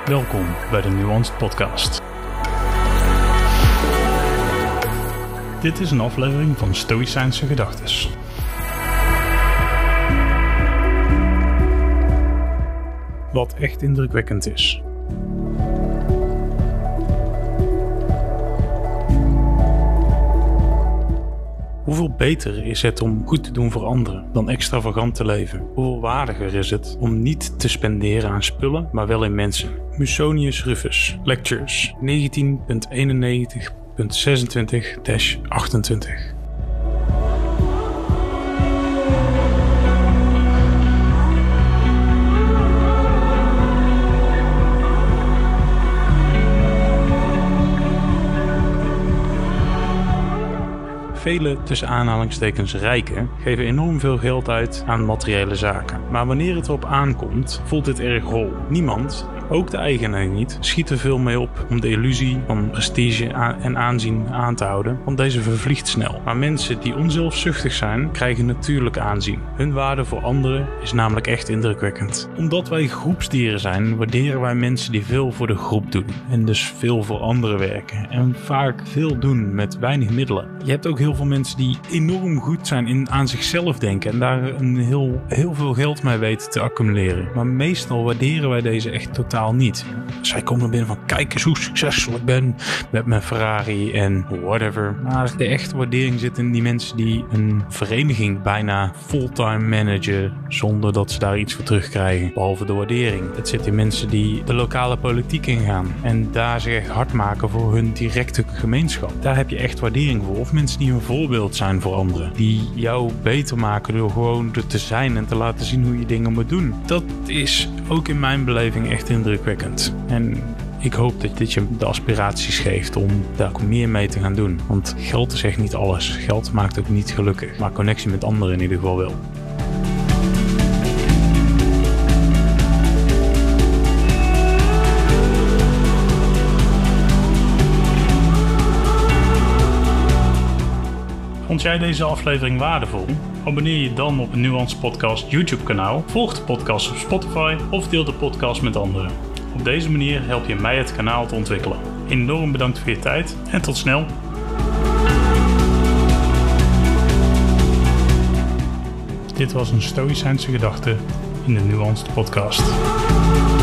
Welkom bij de Nuanced Podcast. Dit is een aflevering van Stoïcijnse Gedachtes. Wat echt indrukwekkend is. Hoeveel beter is het om goed te doen voor anderen dan extravagant te leven? Hoeveel waardiger is het om niet te spenderen aan spullen, maar wel in mensen? Musonius Rufus, Lectures 19.91.26-28. Vele tussen aanhalingstekens rijken geven enorm veel geld uit aan materiële zaken. Maar wanneer het erop aankomt, voelt dit erg hol. Niemand, ook de eigenaar niet, schiet er veel mee op om de illusie van prestige en aanzien aan te houden, want deze vervliegt snel. Maar mensen die onzelfzuchtig zijn, krijgen natuurlijk aanzien. Hun waarde voor anderen is namelijk echt indrukwekkend. Omdat wij groepsdieren zijn, waarderen wij mensen die veel voor de groep doen en dus veel voor anderen werken en vaak veel doen met weinig middelen. Je hebt ook heel veel mensen die enorm goed zijn aan zichzelf denken en daar heel veel geld mee weten te accumuleren. Maar meestal waarderen wij deze echt totaal niet. Zij komen binnen van kijk eens hoe succesvol ik ben met mijn Ferrari en whatever. Maar de echte waardering zit in die mensen die een vereniging bijna fulltime managen zonder dat ze daar iets voor terugkrijgen. Behalve de waardering. Het zit in mensen die de lokale politiek ingaan en daar zich echt hard maken voor hun directe gemeenschap. Daar heb je echt waardering voor. Of mensen die een voorbeeld zijn voor anderen. Die jou beter maken door gewoon er te zijn en te laten zien hoe je dingen moet doen. Dat is ook in mijn beleving echt indrukwekkend. En ik hoop dat dit je de aspiraties geeft om daar ook meer mee te gaan doen. Want geld is echt niet alles. Geld maakt ook niet gelukkig. Maar connectie met anderen in ieder geval wel. Vond jij deze aflevering waardevol? Abonneer je dan op het Nuanced Podcast YouTube kanaal, volg de podcast op Spotify of deel de podcast met anderen. Op deze manier help je mij het kanaal te ontwikkelen. Enorm bedankt voor je tijd en tot snel! Dit was een Stoïcijnse gedachte in de Nuanced Podcast.